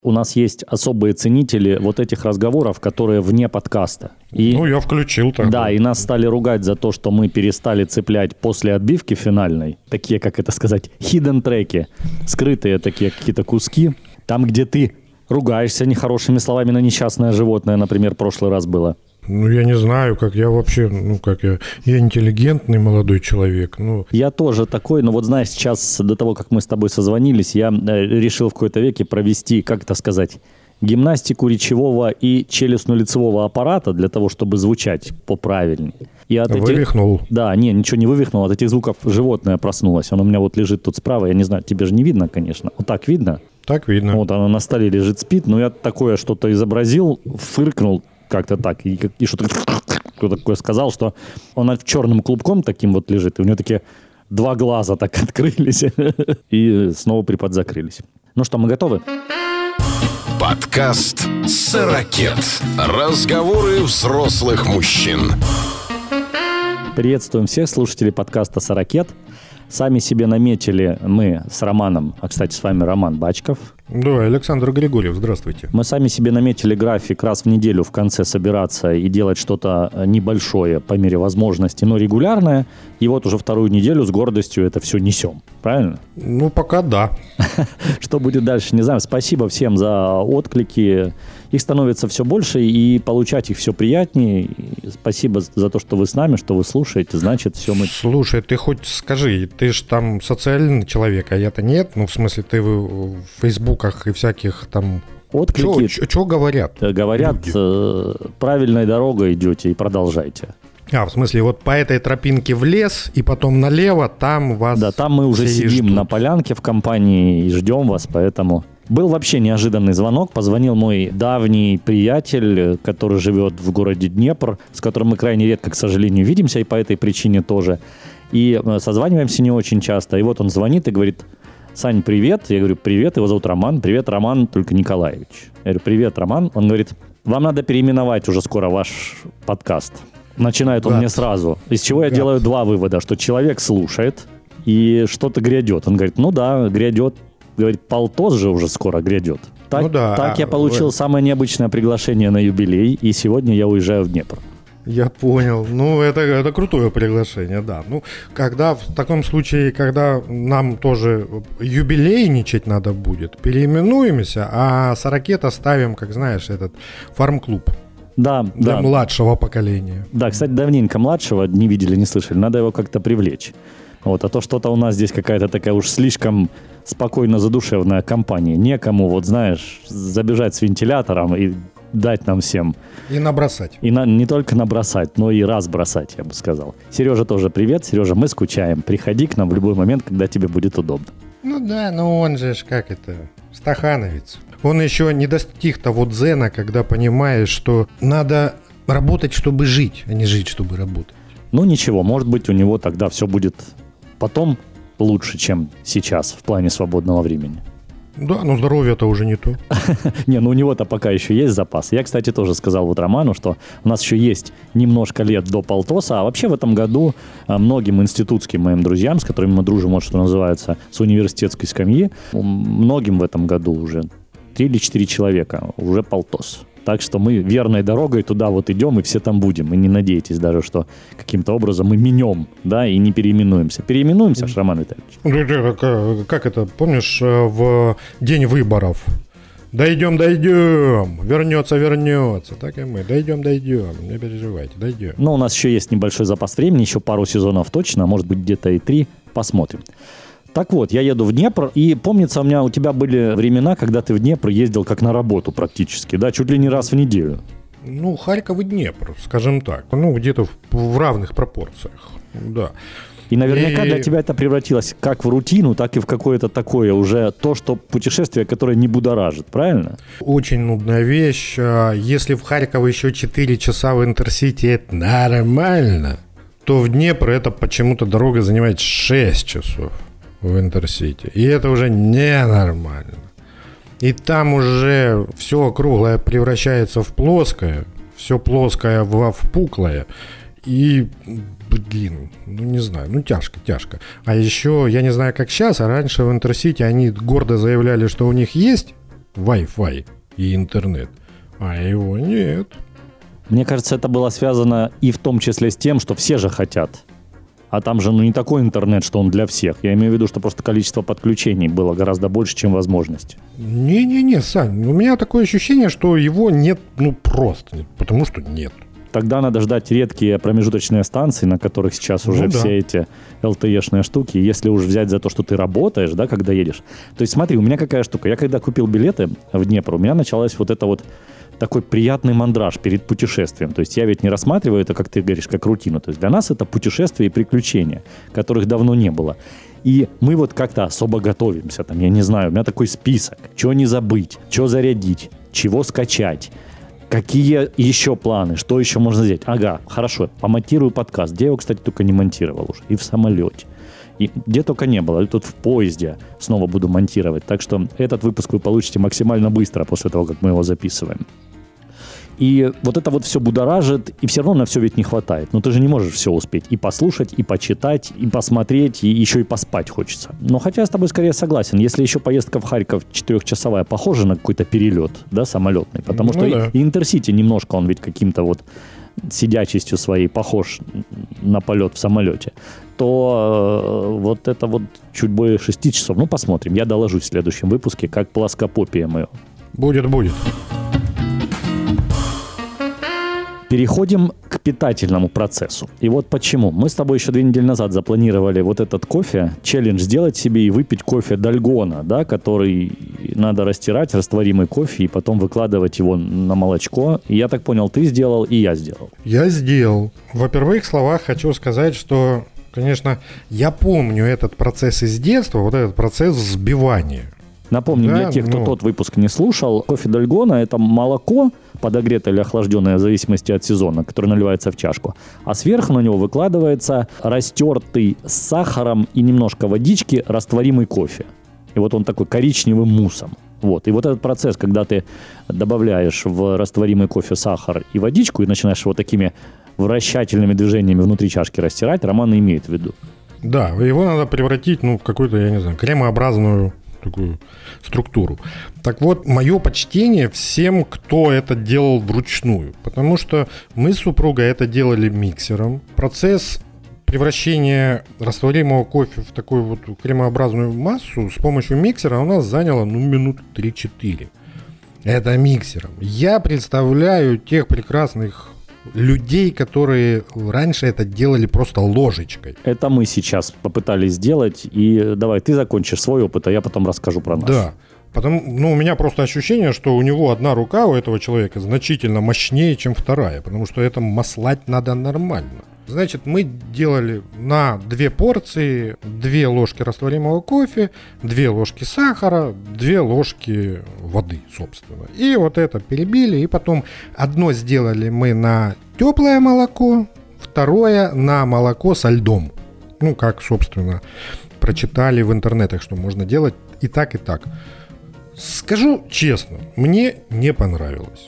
У нас есть особые ценители вот этих разговоров, которые вне подкаста. И, я включил так. Да, и нас стали ругать за то, что мы перестали цеплять после отбивки финальной, такие, как это сказать, hidden треки, скрытые такие какие-то куски, там, где ты ругаешься нехорошими словами на несчастное животное, например, в прошлый раз было. Я не знаю, как я вообще, я интеллигентный молодой человек. Я тоже такой, но вот знаешь, сейчас до того, как мы с тобой созвонились, я решил в какой-то веке провести, как это сказать, гимнастику речевого и челюстно-лицевого аппарата для того, чтобы звучать поправильнее. Вывихнул. Да, ничего не вывихнул, от этих звуков животное проснулось. Оно у меня вот лежит тут справа, я не знаю, тебе же не видно, конечно. Вот так видно? Так видно. Вот оно на столе лежит, спит, но я такое что-то изобразил, фыркнул, как-то так, и что-то такое сказал, что он черным клубком таким вот лежит, и у него такие 2 глаза так открылись и снова приподзакрылись. Ну что, мы готовы? Подкаст «Сорокет». Разговоры взрослых мужчин. Приветствуем всех слушателей подкаста «Сорокет». Сами себе наметили мы с Романом, а, кстати, с вами Роман Бачков. Да, Александр Григорьев, здравствуйте. Мы сами себе наметили график раз в неделю в конце собираться и делать что-то небольшое по мере возможности, но регулярное. И вот уже 2-ю неделю с гордостью это все несем. Правильно? Пока да. Что будет дальше, не знаю. Спасибо всем за отклики. Их становится все больше, и получать их все приятнее. Спасибо за то, что вы с нами, что вы слушаете. Значит, все мы... Слушай, ты хоть скажи, ты же там социальный человек, а я-то нет. В смысле, ты в фейсбуках и всяких там... Отклики... Что говорят? Говорят, правильной дорогой идете и продолжайте. В смысле, вот по этой тропинке в лес, и потом налево, там вас... Да, там мы уже сидим на полянке в компании и ждем вас, поэтому... Был вообще неожиданный звонок. Позвонил мой давний приятель, который живет в городе Днепр, с которым мы крайне редко, к сожалению, видимся, и по этой причине тоже. И созваниваемся не очень часто. И вот он звонит и говорит: Сань, привет. Я говорю: привет. Его зовут Роман. Привет, Роман, только Николаевич. Я говорю: привет, Роман. Он говорит: вам надо переименовать уже скоро ваш подкаст. Начинает он мне сразу. Из чего я делаю 2 вывода. Что человек слушает и что-то грядет. Он говорит: да, грядет. Говорит, полтос же уже скоро грядет. Так я получил самое необычное приглашение на юбилей, и сегодня я уезжаю в Днепр. Я понял. Это крутое приглашение, да. Когда в таком случае, когда нам тоже юбилейничать надо будет, переименуемся, а «Сорокет» оставим, как знаешь, этот фарм-клуб. Да, для младшего поколения. Да, кстати, давненько младшего не видели, не слышали. Надо его как-то привлечь. А то что-то у нас здесь какая-то такая уж слишком спокойно задушевная компания. Некому, знаешь, забежать с вентилятором и дать нам всем. И набросать. И не только набросать, но и разбросать, я бы сказал. Сережа тоже привет. Сережа, мы скучаем. Приходи к нам в любой момент, когда тебе будет удобно. Он же стахановец. Он еще не достиг того дзена, когда понимаешь, что надо работать, чтобы жить, а не жить, чтобы работать. Ничего, может быть, у него тогда все будет потом лучше, чем сейчас в плане свободного времени. Да, но здоровье-то уже не то. У него-то пока еще есть запас. Я, кстати, тоже сказал Роману, что у нас еще есть немножко лет до полтоса, а вообще в этом году многим институтским моим друзьям, с которыми мы дружим, что называется, с университетской скамьи, многим в этом году уже 3 или 4 человека, уже полтос. Так что мы верной дорогой туда идем, и все там будем. И не надейтесь даже, что каким-то образом мы минем, и не переименуемся. Переименуемся, Роман Витальевич? Как это, помнишь, в день выборов? Дойдем, вернется. Так и мы. Дойдем, не переживайте, дойдем. У нас еще есть небольшой запас времени, еще пару сезонов точно, может быть, где-то и 3. Посмотрим. Так вот, я еду в Днепр, и помнится, у тебя были времена, когда ты в Днепр ездил как на работу практически, чуть ли не раз в неделю. Харьков и Днепр, скажем так, где-то в равных пропорциях, да. И наверняка для тебя это превратилось как в рутину, так и в какое-то такое уже то, что путешествие, которое не будоражит, правильно? Очень нудная вещь. Если в Харьков еще 4 часа в Интерсити это нормально, то в Днепр это почему-то дорога занимает 6 часов. В Интерсити. И это уже ненормально. И там уже все круглое превращается в плоское, все плоское в пуклое. И, не знаю, тяжко. А еще, я не знаю, как сейчас, а раньше в Интерсити они гордо заявляли, что у них есть Wi-Fi и интернет, а его нет. Мне кажется, это было связано и в том числе с тем, что все же хотят. А там же не такой интернет, что он для всех. Я имею в виду, что просто количество подключений было гораздо больше, чем возможности. Не-не-не, Сань, у меня такое ощущение, что его нет, просто нет, потому что нет. Тогда надо ждать редкие промежуточные станции, на которых сейчас уже все эти LTE-шные штуки. Если уж взять за то, что ты работаешь, да, когда едешь. То есть смотри, у меня какая штука. Я когда купил билеты в Днепр, у меня началась вот это вот такой приятный мандраж перед путешествием. То есть я ведь не рассматриваю это, как ты говоришь, как рутину. То есть для нас это путешествия и приключения, которых давно не было. И мы вот как-то особо готовимся. Там, я не знаю, у меня такой список. Чего не забыть, что зарядить, чего скачать. Какие еще планы, что еще можно сделать? Ага, хорошо, помонтирую подкаст. Где я его, кстати, только не монтировал уже. И в самолете. И где только не было. И тут в поезде снова буду монтировать. Так что этот выпуск вы получите максимально быстро после того, как мы его записываем. И вот это вот все будоражит, и все равно на все ведь не хватает. Но ты же не можешь все успеть и послушать, и почитать, и посмотреть, и еще и поспать хочется. Но хотя я с тобой скорее согласен, если еще поездка в Харьков 4-часовая похожа на какой-то перелет, да, самолетный, потому что и Интерсити немножко, он ведь каким-то вот сидячестью своей похож на полет в самолете, то вот это вот чуть более 6 часов. Ну, посмотрим, я доложусь в следующем выпуске, как плоскопопия мы. Будет. Переходим к питательному процессу. И вот почему. Мы с тобой еще 2 недели назад запланировали вот этот кофе, челлендж сделать себе и выпить кофе Дальгона, да, который надо растирать, растворимый кофе, и потом выкладывать его на молочко. И я так понял, ты сделал, и я сделал. Я сделал. В первых словах хочу сказать, что, конечно, я помню этот процесс из детства, вот этот процесс взбивания. Напомним для тех, кто тот выпуск не слушал, кофе Дальгона – это молоко, подогретое или охлажденное в зависимости от сезона, которое наливается в чашку. А сверху на него выкладывается растертый с сахаром и немножко водички растворимый кофе. И вот он такой коричневым муссом. Вот. И вот этот процесс, когда ты добавляешь в растворимый кофе сахар и водичку и начинаешь вот такими вращательными движениями внутри чашки растирать, Роман имеет в виду. Да, его надо превратить в какую-то, я не знаю, кремообразную такую структуру. Так вот, мое почтение всем, кто это делал вручную, потому что мы с супругой это делали миксером. Процесс превращения растворимого кофе в такую вот кремообразную массу с помощью миксера у нас заняло минут 3-4. Это миксером. Я представляю тех прекрасных людей, которые раньше это делали просто ложечкой. Это мы сейчас попытались сделать. И давай, ты закончишь свой опыт, а я потом расскажу про наш. Да. У меня просто ощущение, что у него одна рука у этого человека значительно мощнее, чем вторая, потому что это маслать надо нормально. Значит, мы делали на 2 порции 2 ложки растворимого кофе, 2 ложки сахара, 2 ложки воды, собственно. И вот это перебили, и потом одно сделали мы на теплое молоко, второе на молоко со льдом. Как, собственно, прочитали в интернетах, что можно делать и так, и так. Скажу честно, мне не понравилось.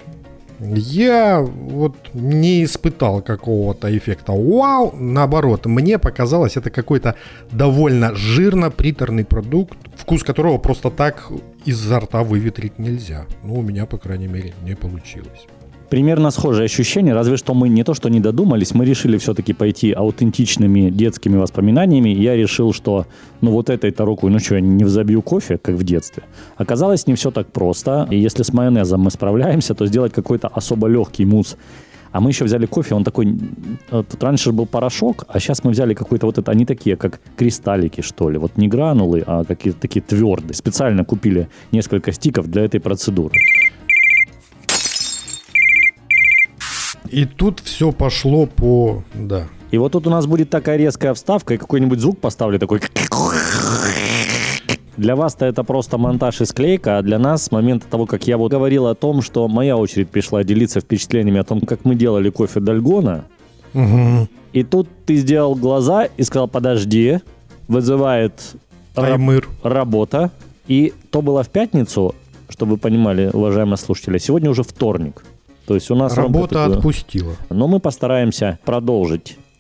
Я не испытал какого-то эффекта вау, наоборот, мне показалось, это какой-то довольно жирно-приторный продукт, вкус которого просто так изо рта выветрить нельзя. У меня, по крайней мере, не получилось. Примерно схожее ощущение, разве что мы не то, что не додумались, мы решили все-таки пойти аутентичными детскими воспоминаниями. Я решил, что вот этой-то рукой, я не взобью кофе, как в детстве. Оказалось, не все так просто. И если с майонезом мы справляемся, то сделать какой-то особо легкий мусс. А мы еще взяли кофе, он такой... Тут раньше был порошок, а сейчас мы взяли какой-то они такие, как кристаллики, что ли. Не гранулы, а какие-то такие твердые. Специально купили несколько стиков для этой процедуры. И тут все пошло по... Да. И вот тут у нас будет такая резкая вставка, и какой-нибудь звук поставлю такой... Для вас-то это просто монтаж и склейка, а для нас с момента того, как я говорил о том, что моя очередь пришла делиться впечатлениями о том, как мы делали кофе Дальгона. Угу. И тут ты сделал глаза и сказал, подожди, вызывает работа. И то было в пятницу, чтобы вы понимали, уважаемые слушатели, сегодня уже вторник. То есть у нас работа отпустила. Но мы постараемся продолжить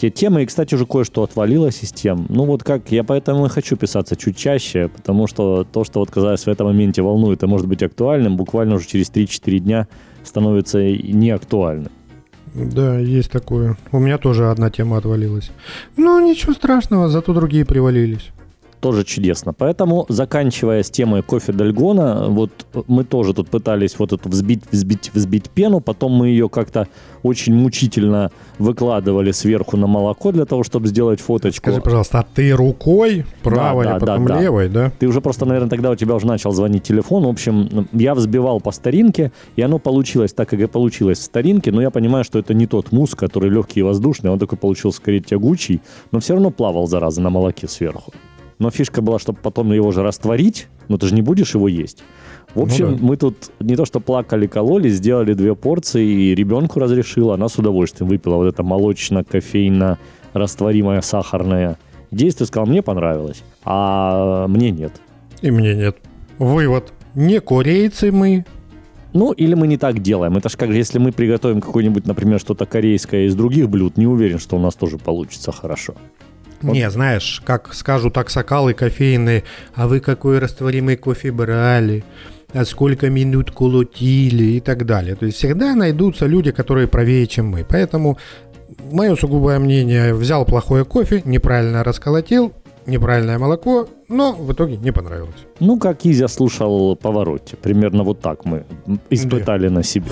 те темы. И, кстати, уже кое-что отвалилось из тем. Ну, вот как, я поэтому и хочу писаться чуть чаще, потому что то, что вот, казалось, в этом моменте волнует и может быть актуальным, буквально уже через 3-4 дня становится неактуальным. Да, есть такое. У меня тоже одна тема отвалилась. Ну, ничего страшного, зато другие привалились. Тоже чудесно. Поэтому, заканчивая с темой кофе Дальгона, вот мы тоже тут пытались вот эту взбить пену, потом мы ее как-то очень мучительно выкладывали сверху на молоко для того, чтобы сделать фоточку. Скажи, пожалуйста, а ты рукой правой, а потом левой, да? Ты уже просто, наверное, тогда у тебя уже начал звонить телефон. В общем, я взбивал по старинке, и оно получилось так, как и получилось в старинке, но я понимаю, что это не тот мусс, который легкий и воздушный, он такой получился скорее тягучий, но все равно плавал, зараза, на молоке сверху. Но фишка была, чтобы потом его же растворить, но ты же не будешь его есть. В общем, мы тут не то что плакали, кололи, сделали 2 порции, и ребенку разрешила, она с удовольствием выпила вот это молочно-кофейно-растворимое сахарное. Действие, сказал, мне понравилось, а мне нет. И мне нет. Вывод. Не корейцы мы. Ну, или мы не так делаем. Это ж как же, если мы приготовим какое-нибудь, например, что-то корейское из других блюд, не уверен, что у нас тоже получится хорошо. Вот. Не, знаешь, как скажут аксакалы кофейные, а вы какой растворимый кофе брали, а сколько минут колотили и так далее. То есть всегда найдутся люди, которые правее, чем мы. Поэтому мое сугубое мнение, взял плохое кофе, неправильно расколотил, неправильное молоко, но в итоге не понравилось. Ну, как Изя слушал Pavarotti. Примерно вот так мы испытали на себе.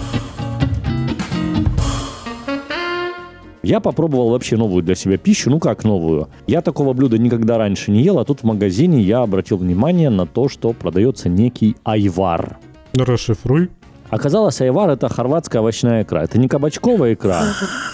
Я попробовал вообще новую для себя пищу. Ну как новую? Я такого блюда никогда раньше не ел, а тут в магазине я обратил внимание на то, что продается некий айвар. Расшифруй. Оказалось, айвар — это хорватская овощная икра. Это не кабачковая икра.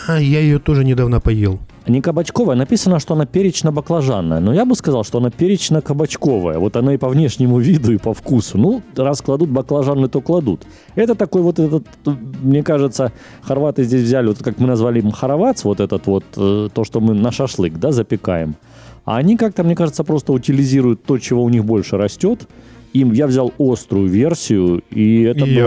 Я ее тоже недавно поел. Не кабачковая, написано, что она перечно-баклажанная. Но я бы сказал, что она перечно-кабачковая. Вот она и по внешнему виду, и по вкусу. Ну, раз кладут баклажаны, то кладут. Это такой вот этот, мне кажется, хорваты здесь взяли, вот как мы назвали мхаровац, вот этот вот, то, что мы на шашлык, да, запекаем. А они как-то, мне кажется, просто утилизируют то, чего у них больше растет. Я взял острую версию, и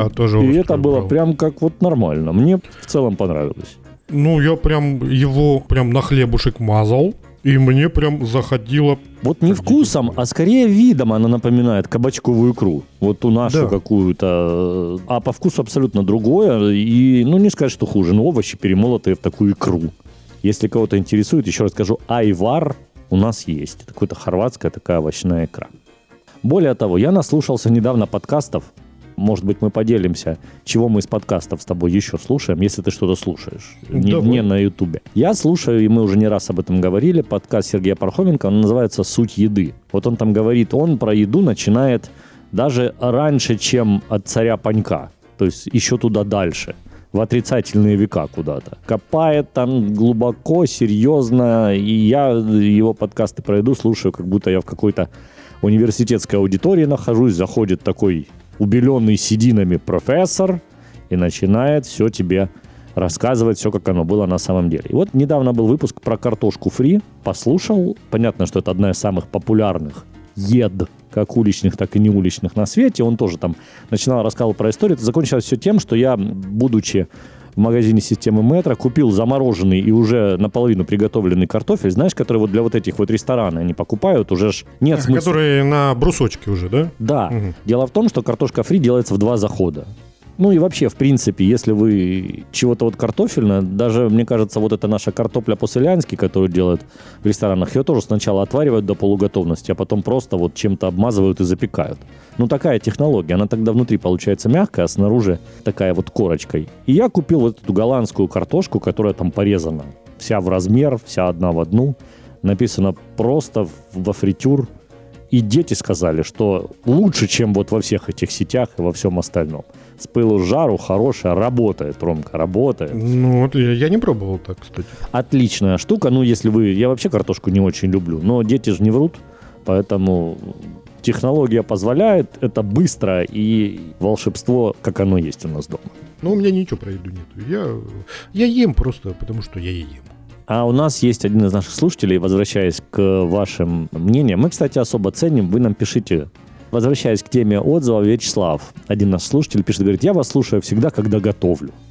это было прям как вот нормально. Мне в целом понравилось. Ну, я прям его на хлебушек мазал, и мне прям заходило. Вот не вкусом, а скорее видом она напоминает кабачковую икру. Вот ту нашу какую-то. А по вкусу абсолютно другое. И, ну, не сказать, что хуже, но овощи перемолотые в такую икру. Если кого-то интересует, еще раз скажу, айвар у нас есть. Это какая-то хорватская такая овощная икра. Более того, я наслушался недавно подкастов. Может быть, мы поделимся, чего мы из подкастов с тобой еще слушаем, если ты что-то слушаешь, не на Ютубе. Я слушаю, и мы уже не раз об этом говорили, подкаст Сергея Пархоменко, он называется «Суть еды». Вот он там говорит, он про еду начинает даже раньше, чем от царя Панька, то есть еще туда дальше, в отрицательные века куда-то. Копает там глубоко, серьезно, и я его подкасты про еду слушаю, как будто я в какой-то университетской аудитории нахожусь, заходит такой убеленный сединами профессор и начинает все тебе рассказывать, все как оно было на самом деле. И вот недавно был выпуск про картошку фри, послушал, понятно, что это одна из самых популярных ед, как уличных, так и не уличных на свете, он тоже там начинал рассказывать про историю, это закончилось все тем, что я, будучи в магазине системы Метро, купил замороженный и уже наполовину приготовленный картофель, знаешь, который вот для вот этих вот ресторанов они покупают, уже ж нет смысла. Которые на брусочке уже, да? Да. Угу. Дело в том, что картошка фри делается в 2 захода. Ну и вообще, в принципе, если вы чего-то вот картофельное, даже, мне кажется, вот эта наша картопля по-селянски, которую делают в ресторанах, ее тоже сначала отваривают до полуготовности, а потом просто вот чем-то обмазывают и запекают. Ну такая технология, она тогда внутри получается мягкая, а снаружи такая вот корочкой. И я купил вот эту голландскую картошку, которая там порезана, вся в размер, вся одна в одну, написано просто во фритюр. И дети сказали, что лучше, чем вот во всех этих сетях и во всем остальном. С пылу с жару хорошая, работает, Ромка, работает. Ну, вот я не пробовал так, кстати. Отличная штука, ну, если вы... Я вообще картошку не очень люблю, но дети же не врут, поэтому технология позволяет, это быстро и волшебство, как оно есть у нас дома. Ну, у меня ничего про еду нету. Я ем просто потому, что я ем. А у нас есть один из наших слушателей, возвращаясь к вашим мнениям. Мы, кстати, особо ценим, вы нам пишите. Возвращаясь к теме отзыва, Вячеслав, один наш слушатель, пишет, говорит, я вас слушаю всегда, когда готовлю.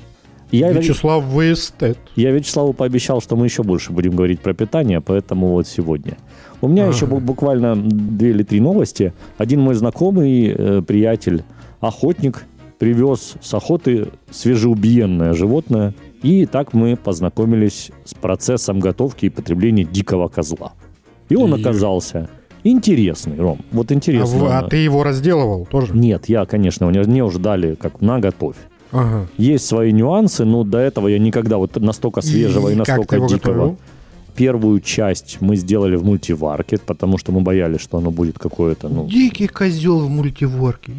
Вячеслав, вы эстет. Я Вячеславу пообещал, что мы еще больше будем говорить про питание, поэтому вот сегодня. У меня еще буквально 2 или 3 новости. Один мой знакомый, приятель, охотник, привез с охоты свежеубиенное животное. И так мы познакомились с процессом готовки и потребления дикого козла. И он оказался интересный, Ром. Вот интересно. А ты его разделывал тоже? Нет, я, конечно, мне уже дали как на готовь. Ага. Есть свои нюансы, но до этого я никогда вот настолько свежего и настолько дикого. Готовил? Первую часть мы сделали в мультиварке, потому что мы боялись, что оно будет какое-то... Дикий козел в мультиварке.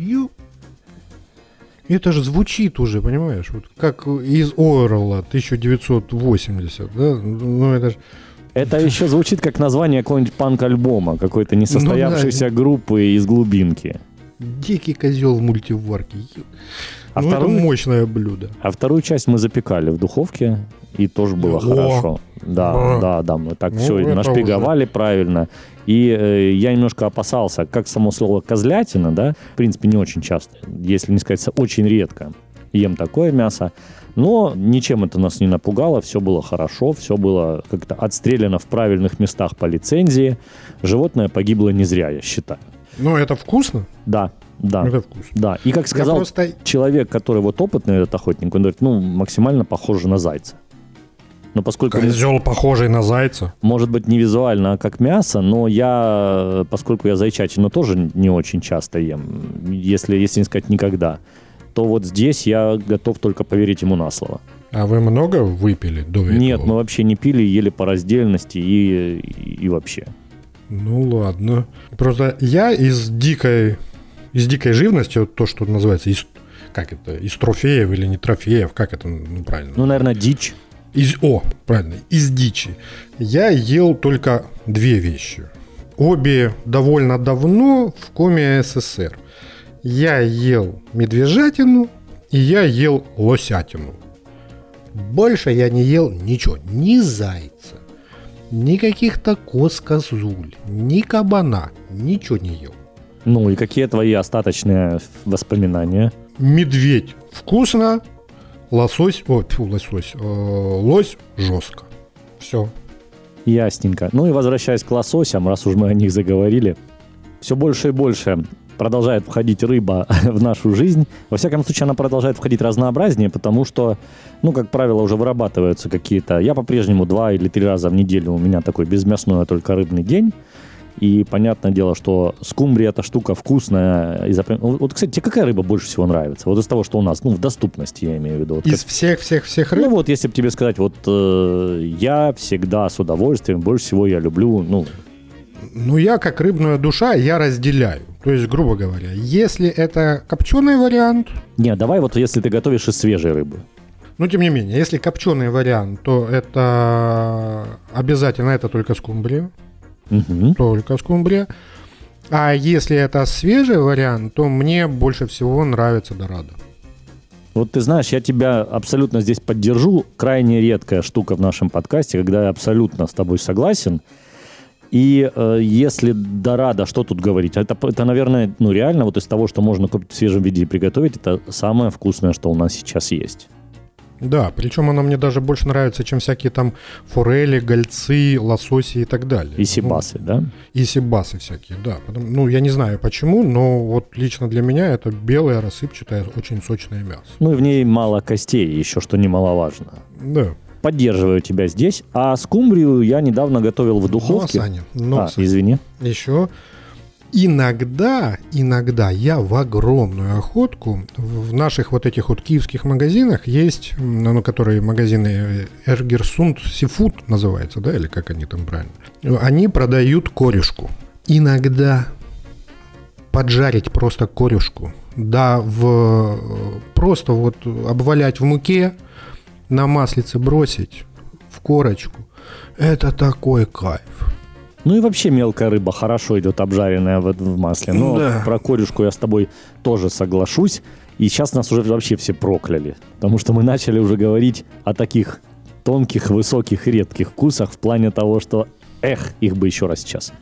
Это же звучит уже, понимаешь? Вот как из Оруэлла 1980, да? Это же... Это еще звучит как название какого-нибудь панк-альбома, какой-то несостоявшейся группы из глубинки. Дикий козел в мультиварке. Это мощное блюдо. А вторую часть мы запекали в духовке, и тоже было хорошо. Да, мы так все нашпиговали правильно. И я немножко опасался, как само слово козлятина, да, в принципе, не очень часто, если не сказать, очень редко ем такое мясо. Но ничем это нас не напугало, все было хорошо, все было как-то отстреляно в правильных местах по лицензии. Животное погибло не зря, я считаю. Но это вкусно? Да. Это вкусно. Да, и как сказал человек, который вот опытный, этот охотник, он говорит, максимально похоже на зайца. Но поскольку... Козел похожий на зайца? Может быть, не визуально, а как мясо, но поскольку я зайчатину тоже не очень часто ем, если не сказать никогда, то вот здесь я готов только поверить ему на слово. А вы много выпили до этого? Нет, мы вообще не пили, ели по раздельности и вообще. Ну ладно. Просто я из дикой живности, вот то, что называется, из трофеев или не трофеев, как это правильно? Наверное, дичь. Правильно, из дичи. Я ел только 2 вещи. Обе довольно давно в коме СССР. Я ел медвежатину и я ел лосятину. Больше я не ел ничего. Ни зайца, ни каких-то коз-козуль, ни кабана. Ничего не ел. И какие твои остаточные воспоминания? Медведь вкусно, лось жестко. Все. Ясненько. И возвращаясь к лососям, раз уж мы о них заговорили, все больше и больше продолжает входить рыба в нашу жизнь. Во всяком случае, она продолжает входить разнообразнее, потому что, как правило, уже вырабатываются какие-то... Я по-прежнему 2 или 3 раза в неделю у меня такой безмясной, только рыбный день. И понятное дело, что скумбрия эта штука вкусная. Вот, кстати, тебе какая рыба больше всего нравится? Вот из того, что у нас, в доступности, я имею в виду. Из всех рыб? Если бы тебе сказать, я всегда с удовольствием, больше всего я люблю, я как рыбная душа, я разделяю. То есть, грубо говоря, если это копченый вариант... Не, давай если ты готовишь из свежей рыбы. Тем не менее, если копченый вариант, то это обязательно это только скумбрия. Угу. Только скумбрия. А если это свежий вариант, то мне больше всего нравится дорадо. Вот ты знаешь, я тебя абсолютно здесь поддержу. Крайне редкая штука в нашем подкасте, когда я абсолютно с тобой согласен. И если дорадо, что тут говорить? Это наверное, реально из того, что можно купить в свежем виде и приготовить, это самое вкусное, что у нас сейчас есть. Да, причем оно мне даже больше нравится, чем всякие там форели, гольцы, лососи и так далее. И сибасы, да? И сибасы всякие, да. Я не знаю почему, но вот лично для меня это белое, рассыпчатое, очень сочное мясо. И в ней мало костей еще, что немаловажно. Да. Поддерживаю тебя здесь. А скумбрию я недавно готовил в духовке. Саня. Извини. Еще иногда я в огромную охотку в наших вот этих вот киевских магазинах есть, которые магазины Эргерсунд Сифуд называется, да, или как они там правильно. Они продают корюшку. Иногда поджарить просто корюшку, да, просто обвалять в муке, на маслице бросить в корочку. Это такой кайф. И вообще мелкая рыба хорошо идет обжаренная в масле. Но про корюшку я с тобой тоже соглашусь. И сейчас нас уже вообще все прокляли. Потому что мы начали уже говорить о таких тонких, высоких, редких вкусах в плане того, что их бы еще раз сейчас.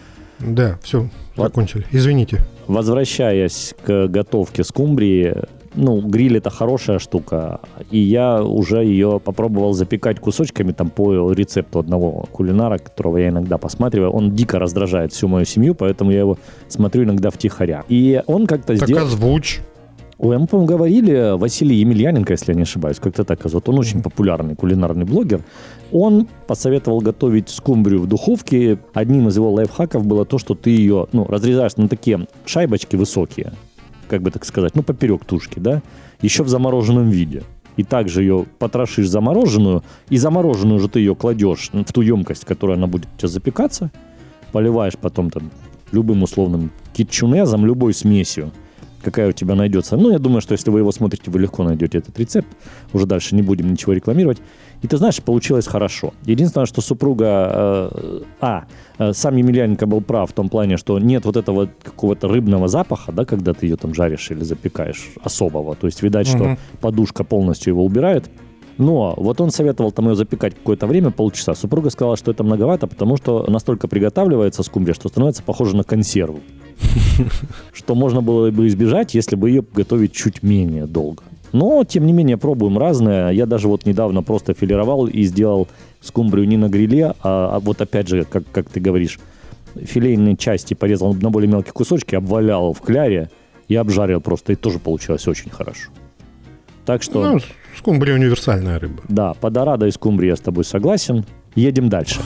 Да, все, закончили. Извините. Возвращаясь к готовке скумбрии, гриль это хорошая штука, и я уже ее попробовал запекать кусочками там по рецепту одного кулинара, которого я иногда посматриваю. Он дико раздражает всю мою семью, поэтому я его смотрю иногда втихаря. И он как-то сделал... Так озвучь. Ой, мы, по-моему, говорили, Василий Емельяненко, если я не ошибаюсь, как-то так. Вот он очень популярный кулинарный блогер. Он посоветовал готовить скумбрию в духовке. Одним из его лайфхаков было то, что ты ее разрезаешь на такие шайбочки высокие, как бы так сказать, поперек тушки, да, еще в замороженном виде. И также ее потрошишь замороженную, и замороженную же ты ее кладешь в ту емкость, в которой она будет у тебя запекаться, поливаешь потом там любым условным кетчунезом, любой смесью, какая у тебя найдется. Я думаю, что если вы его смотрите, вы легко найдете этот рецепт. Уже дальше не будем ничего рекламировать. И ты знаешь, получилось хорошо. Единственное, что супруга... сам Емельяненко был прав в том плане, что нет вот этого какого-то рыбного запаха, да, когда ты ее там жаришь или запекаешь особого. То есть, видать, что подушка полностью его убирает. Но вот он советовал там ее запекать какое-то время, полчаса. Супруга сказала, что это многовато, потому что настолько приготавливается скумбрия, что становится похоже на консерву. Что можно было бы избежать, если бы ее готовить чуть менее долго. Но, тем не менее, пробуем разное. Я даже вот недавно просто филировал и сделал скумбрию не на гриле, а вот опять же, как ты говоришь, филейные части порезал на более мелкие кусочки, обвалял в кляре и обжарил просто. И тоже получилось очень хорошо. Так что... скумбрия универсальная рыба. Да, по дорадо и скумбрии я с тобой согласен. Едем дальше.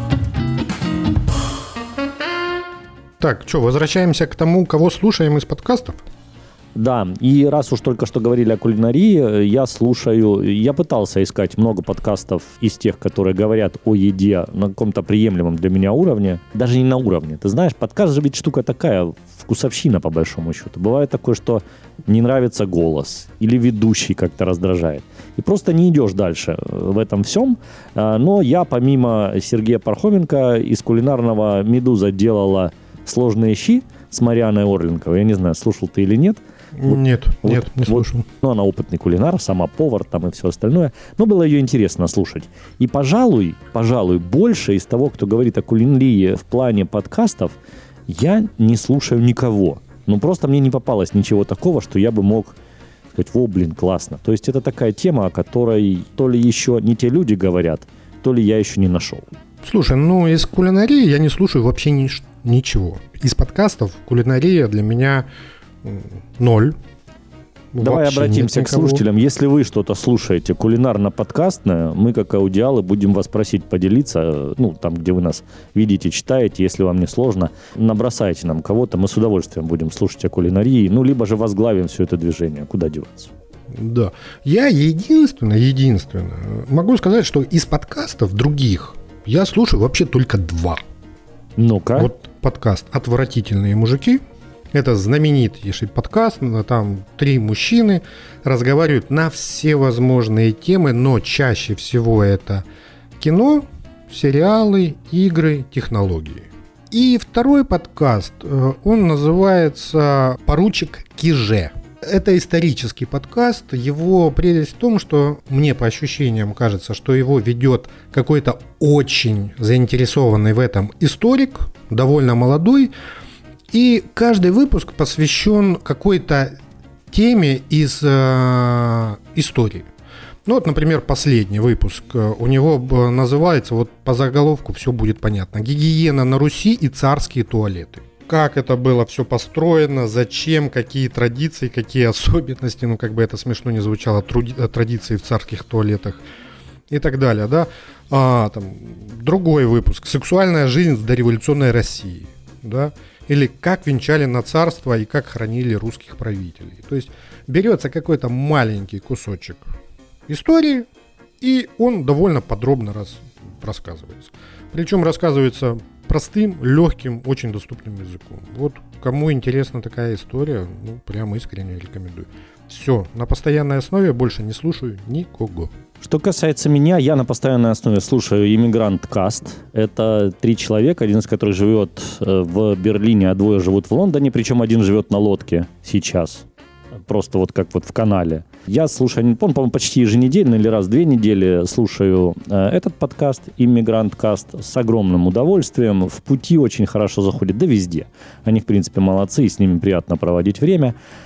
Так, что, возвращаемся к тому, кого слушаем из подкастов? Да, и раз уж только что говорили о кулинарии, я пытался искать много подкастов из тех, которые говорят о еде на каком-то приемлемом для меня уровне, даже не на уровне. Ты знаешь, подкаст же ведь штука такая, вкусовщина по большому счету. Бывает такое, что не нравится голос или ведущий как-то раздражает. И просто не идешь дальше в этом всем. Но я, помимо Сергея Пархоменко, из кулинарного «Медуза» делала «Сложные щи» с Марианной Орленковой. Я не знаю, слушал ты или нет. Нет, не слушал. Она опытный кулинар, сама повар там и все остальное. Но было ее интересно слушать. И, пожалуй, больше из того, кто говорит о кулинарии в плане подкастов, я не слушаю никого. Просто мне не попалось ничего такого, что я бы мог сказать, классно. То есть это такая тема, о которой то ли еще не те люди говорят, то ли я еще не нашел. Слушай, из кулинарии я не слушаю вообще ничего. Из подкастов кулинария для меня 0. Давай вообще обратимся к слушателям. Если вы что-то слушаете кулинарно-подкастное, мы, как аудиалы, будем вас просить поделиться, там, где вы нас видите, читаете, если вам не сложно, набросайте нам кого-то, мы с удовольствием будем слушать о кулинарии, либо же возглавим все это движение. Куда деваться? Да. Я единственно могу сказать, что из подкастов других я слушаю вообще только 2. Ну-ка. Вот подкаст «Отвратительные мужики». Это знаменитейший подкаст, там 3 мужчины разговаривают на всевозможные темы, но чаще всего это кино, сериалы, игры, технологии. И второй подкаст, он называется «Поручик Киже». Это исторический подкаст. Его прелесть в том, что мне по ощущениям кажется, что его ведет какой-то очень заинтересованный в этом историк, довольно молодой. И каждый выпуск посвящен какой-то теме из истории. Например, последний выпуск у него называется, по заголовку все будет понятно, «Гигиена на Руси и царские туалеты». Как это было все построено, зачем, какие традиции, какие особенности, как бы это смешно не звучало, традиции в царских туалетах и так далее, да. Другой выпуск «Сексуальная жизнь в дореволюционной России», да. Или как венчали на царство и как хранили русских правителей. То есть берется какой-то маленький кусочек истории, и он довольно подробно рассказывается. Причем рассказывается простым, легким, очень доступным языком. Кому интересна такая история, прямо искренне рекомендую. Все, на постоянной основе больше не слушаю никого. Что касается меня, я на постоянной основе слушаю «Иммигрант Каст». Это 3 человека, один из которых живет в Берлине, а 2 живут в Лондоне, причем один живет на лодке сейчас. Просто как в канале. Я слушаю, по-моему, почти еженедельно или раз в 2 недели слушаю этот подкаст «Иммигрант Каст» с огромным удовольствием. В пути очень хорошо заходит, да везде. Они, в принципе, молодцы, и с ними приятно проводить время.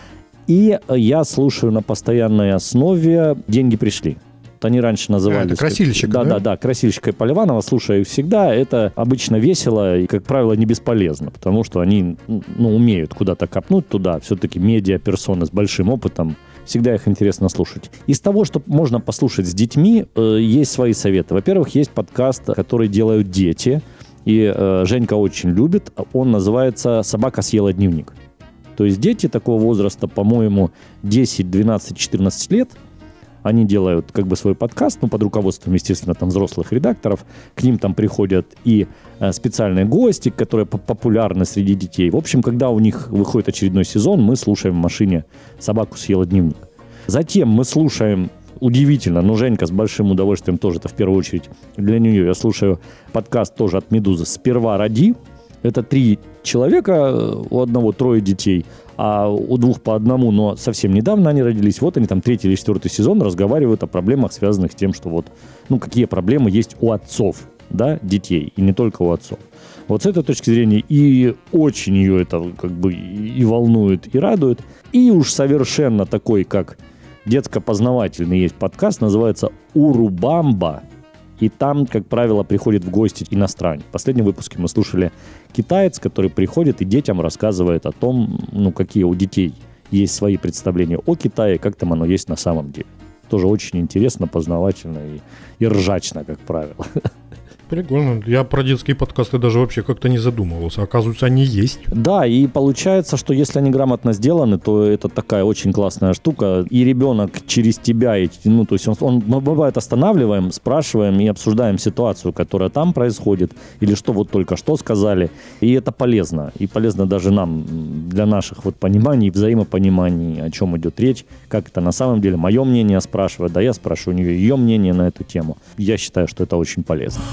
И я слушаю на постоянной основе «Деньги пришли». Они раньше назывались... Это «Красильщик», да? Да, «Красильщика» и Поливанова. Слушаю их всегда. Это обычно весело и, как правило, не бесполезно, потому что они умеют куда-то копнуть туда. Все-таки медиа-персоны с большим опытом. Всегда их интересно слушать. Из того, что можно послушать с детьми, есть свои советы. Во-первых, есть подкаст, который делают дети. И Женька очень любит. Он называется «Собака съела дневник». То есть дети такого возраста, по-моему, 10, 12, 14 лет, они делают как бы свой подкаст, под руководством, естественно, там взрослых редакторов. К ним там приходят и специальные гости, которые популярны среди детей. В общем, когда у них выходит очередной сезон, мы слушаем в машине «Собаку съела дневник». Затем мы слушаем, удивительно, но Женька с большим удовольствием тоже, это в первую очередь для нее, я слушаю подкаст тоже от «Медузы» «Сперва роди». Это 3 человека, у одного 3 детей, а у 2 по одному, но совсем недавно они родились. Вот они там 3-й или 4-й сезон разговаривают о проблемах, связанных с тем, что какие проблемы есть у отцов, да, детей, и не только у отцов. Вот с этой точки зрения и очень ее это как бы и волнует, и радует. И уж совершенно такой, как детско-познавательный есть подкаст, называется «Урубамба». И там, как правило, приходит в гости иностранец. В последнем выпуске мы слушали китаец, который приходит и детям рассказывает о том, какие у детей есть свои представления о Китае, как там оно есть на самом деле. Тоже очень интересно, познавательно и ржачно, как правило. Прикольно. Я про детские подкасты даже вообще как-то не задумывался. Оказывается, они есть. Да, и получается, что если они грамотно сделаны, то это такая очень классная штука. И ребенок через тебя, то есть мы бывает останавливаем, спрашиваем и обсуждаем ситуацию, которая там происходит, или что вот только что сказали. И это полезно. И полезно даже нам, для наших пониманий, взаимопониманий, о чем идет речь, как это на самом деле. Мое мнение спрашивает, да, я спрашиваю у нее ее мнение на эту тему. Я считаю, что это очень полезно.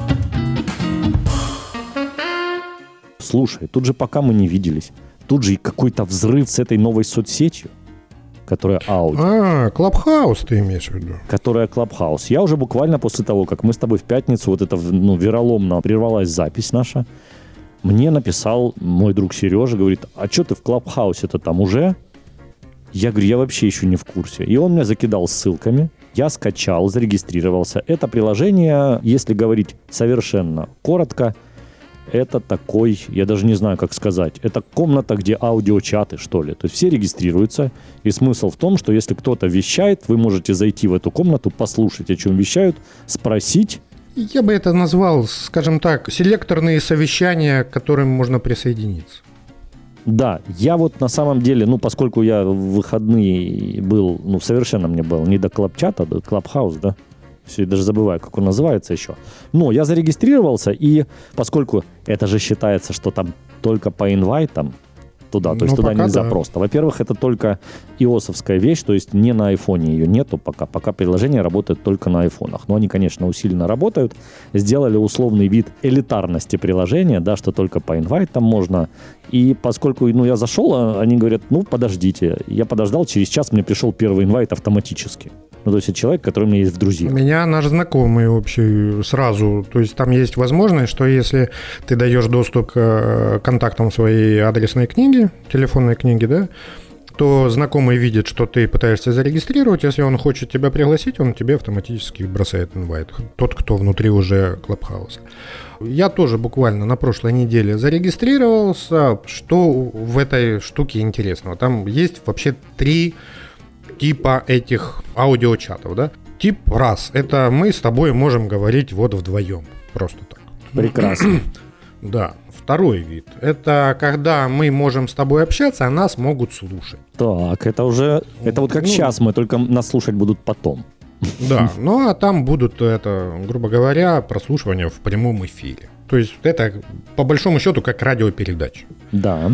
Слушай, тут же пока мы не виделись, тут же какой-то взрыв с этой новой соцсетью, которая аудио. Клабхаус ты имеешь в виду? Которая Клабхаус. Я уже буквально после того, как мы с тобой в пятницу, вероломно прервалась запись наша, мне написал мой друг Сережа, говорит, а что ты в Клабхаусе-то там уже? Я говорю, я вообще еще не в курсе. И он меня закидал ссылками. Я скачал, зарегистрировался. Это приложение, если говорить совершенно коротко, это такой, я даже не знаю, как сказать, это комната, где аудиочаты, что ли. То есть все регистрируются, и смысл в том, что если кто-то вещает, вы можете зайти в эту комнату, послушать, о чем вещают, спросить. Я бы это назвал, скажем так, селекторные совещания, к которым можно присоединиться. Да, я на самом деле, поскольку я в выходные был, совершенно мне было не до клабчата, до Клабхаус, да, все, я даже забываю, как он называется еще. Но я зарегистрировался, и поскольку это же считается, что там только по инвайтам туда, то есть туда нельзя просто. Во-первых, это только iOS-овская вещь, то есть не на айфоне ее нету пока. Пока приложение работает только на айфонах. Но они, конечно, усиленно работают. Сделали условный вид элитарности приложения, да, что только по инвайтам можно. И поскольку я зашел, они говорят, подождите. Я подождал, через час мне пришел первый инвайт автоматически. То есть это человек, который у меня есть в друзьях. У меня наш знакомый общий сразу. То есть там есть возможность, что если ты даешь доступ к контактам своей адресной книги, телефонной книги, да, то знакомый видит, что ты пытаешься зарегистрировать. Если он хочет тебя пригласить, он тебе автоматически бросает инвайт. Тот, кто внутри уже Клабхауса. Я тоже буквально на прошлой неделе зарегистрировался. Что в этой штуке интересного? Там есть вообще 3 типа этих аудиочатов, да? Тип раз. Это мы с тобой можем говорить вдвоем. Просто так. Прекрасно. Да. Второй вид. Это когда мы можем с тобой общаться, а нас могут слушать. Так, это уже... Это как сейчас мы, только нас слушать будут потом. Да. А там будут, грубо говоря, прослушивания в прямом эфире. То есть это, по большому счету, как радиопередача. Да.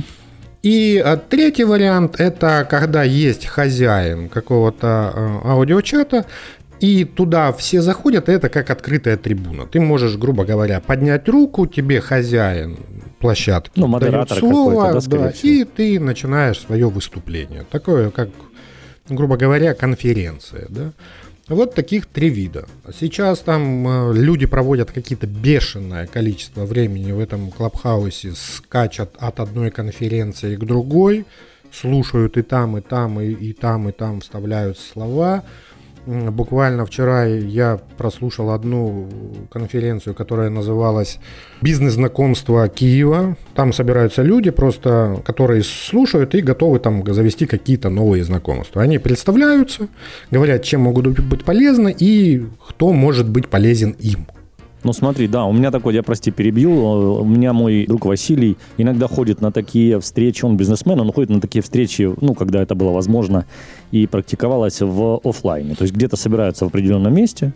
И третий вариант – это когда есть хозяин какого-то аудиочата, и туда все заходят, и это как открытая трибуна. Ты можешь, грубо говоря, поднять руку, тебе хозяин площадки дает слово, да, и ты начинаешь свое выступление. Такое, как, грубо говоря, конференция, да. Вот таких 3 вида. Сейчас там люди проводят какие-то бешеное количество времени в этом Клабхаусе, скачут от одной конференции к другой, слушают и там, и там, и там, и там вставляют слова. Буквально вчера я прослушал одну конференцию, которая называлась «Бизнес-знакомство Киева». Там собираются люди, просто, которые слушают и готовы там завести какие-то новые знакомства. Они представляются, говорят, чем могут быть полезны и кто может быть полезен им. Ну смотри, да, у меня такой, я, прости, перебью, у меня мой друг Василий иногда ходит на такие встречи, он бизнесмен, он ходит на такие встречи, ну, когда это было возможно, и практиковалось в офлайне, то есть где-то собираются в определенном месте,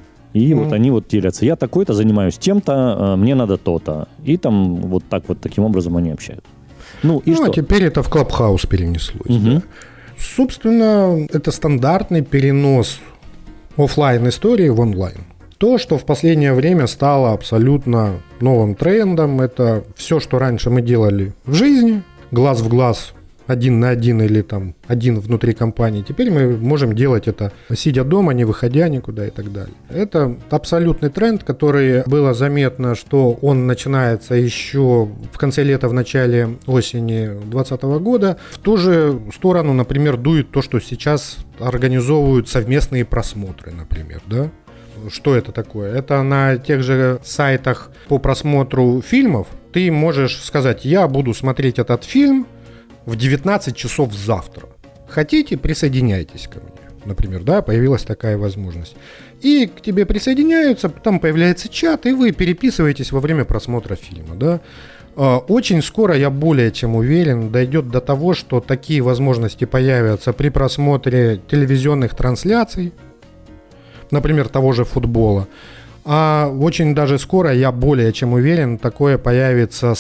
и вот они вот делятся, я такой-то занимаюсь тем-то, мне надо то-то, и там вот так вот таким образом они общаются. Ну, и что? А теперь это в Clubhouse перенеслось, да. Собственно, это стандартный перенос офлайн истории в онлайн. То, что в последнее время стало абсолютно новым трендом, это все, что раньше мы делали в жизни, глаз в глаз, один на один или там один внутри компании. Теперь мы можем делать это, сидя дома, не выходя никуда и так далее. Это абсолютный тренд, который было заметно, что он начинается еще в конце лета, в начале осени 2020 года. В ту же сторону, например, дует то, что сейчас организовывают совместные просмотры, например, да? Что это такое? Это на тех же сайтах по просмотру фильмов ты можешь сказать: я буду смотреть этот фильм в 19 часов завтра. Хотите, присоединяйтесь ко мне. Например, да, появилась такая возможность. И к тебе присоединяются, там появляется чат, и вы переписываетесь во время просмотра фильма, да. Очень скоро, я более чем уверен, дойдет до того, что такие возможности появятся при просмотре телевизионных трансляций, например, того же футбола. А очень даже скоро, я более чем уверен, такое появится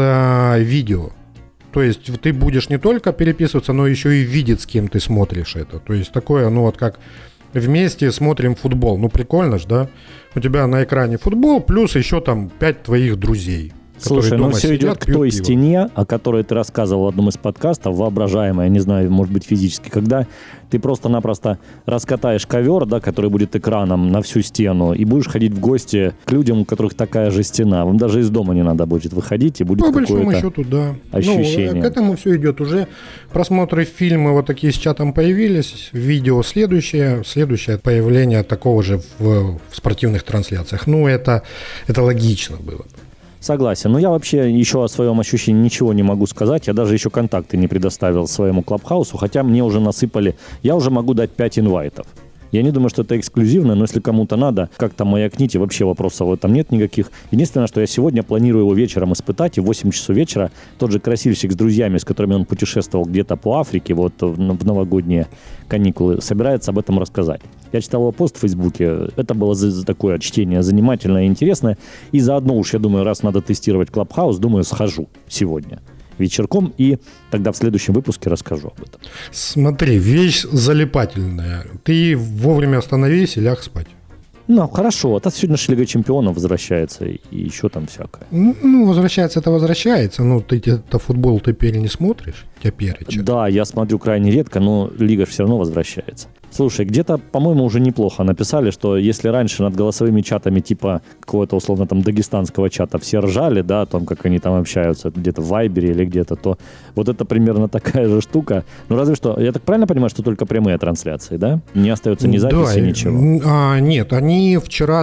с видео. То есть ты будешь не только переписываться, но еще и видеть, с кем ты смотришь это. То есть такое, ну вот как вместе смотрим футбол. Ну прикольно же, да? У тебя на экране футбол, плюс еще там 5 твоих друзей. Слушай, ну все идет к той стене, о которой ты рассказывал в одном из подкастов, воображаемая, не знаю, может быть физически, когда ты просто-напросто раскатаешь ковер, да, который будет экраном на всю стену, и будешь ходить в гости к людям, у которых такая же стена. Вам даже из дома не надо будет выходить, и будет по какое-то большому счету, да. ощущение. Ну, к этому все идет. Уже просмотры фильма вот такие с чатом появились, видео следующее появление такого же в спортивных трансляциях. Ну, это логично было. Согласен. Но я вообще еще о своем ощущении ничего не могу сказать. Я даже еще контакты не предоставил своему Клабхаусу, хотя мне уже насыпали. Я уже могу дать 5 инвайтов. Я не думаю, что это эксклюзивно, но если кому-то надо, как-то маякните, вообще вопросов в этом нет никаких. Единственное, что я сегодня планирую его вечером испытать, и в 8 часов вечера тот же красильщик с друзьями, с которыми он путешествовал где-то по Африке, вот в новогодние каникулы, собирается об этом рассказать. Я читал его пост в Фейсбуке, это было такое чтение занимательное и интересное, и заодно уж, я думаю, раз надо тестировать Clubhouse, думаю, схожу сегодня вечерком, и тогда в следующем выпуске расскажу об этом. Смотри, вещь залипательная. Ты вовремя остановись и ляг спать. Ну, хорошо. А то сегодня же Лига Чемпионов возвращается, и еще там всякое. Ну, возвращается. Ну, ты-то футбол теперь не смотришь? Теперь. Да, я смотрю крайне редко, но Лига все равно возвращается. Слушай, где-то, по-моему, уже неплохо написали, что если раньше над голосовыми чатами типа какого-то, условно, там, дагестанского чата все ржали, да, о том, как они там общаются, где-то в Вайбере или где-то, то вот это примерно такая же штука. Ну, разве что, я так правильно понимаю, что только прямые трансляции, да? Не остается ни записи, да, ничего? Нет, они вчера,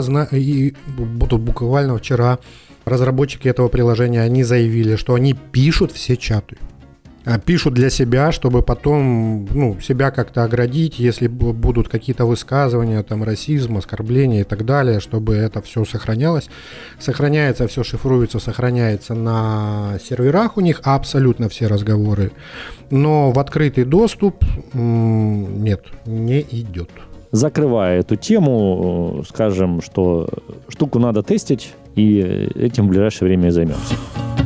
буквально вчера, разработчики этого приложения, они заявили, что они пишут все чаты. Пишут для себя, чтобы потом, себя как-то оградить, если будут какие-то высказывания, там, расизм, оскорбления и так далее, чтобы это все сохранялось. Сохраняется, все шифруется, сохраняется на серверах у них, абсолютно все разговоры. Но в открытый доступ нет, не идет. Закрывая эту тему, скажем, что штуку надо тестить, и этим в ближайшее время и займемся.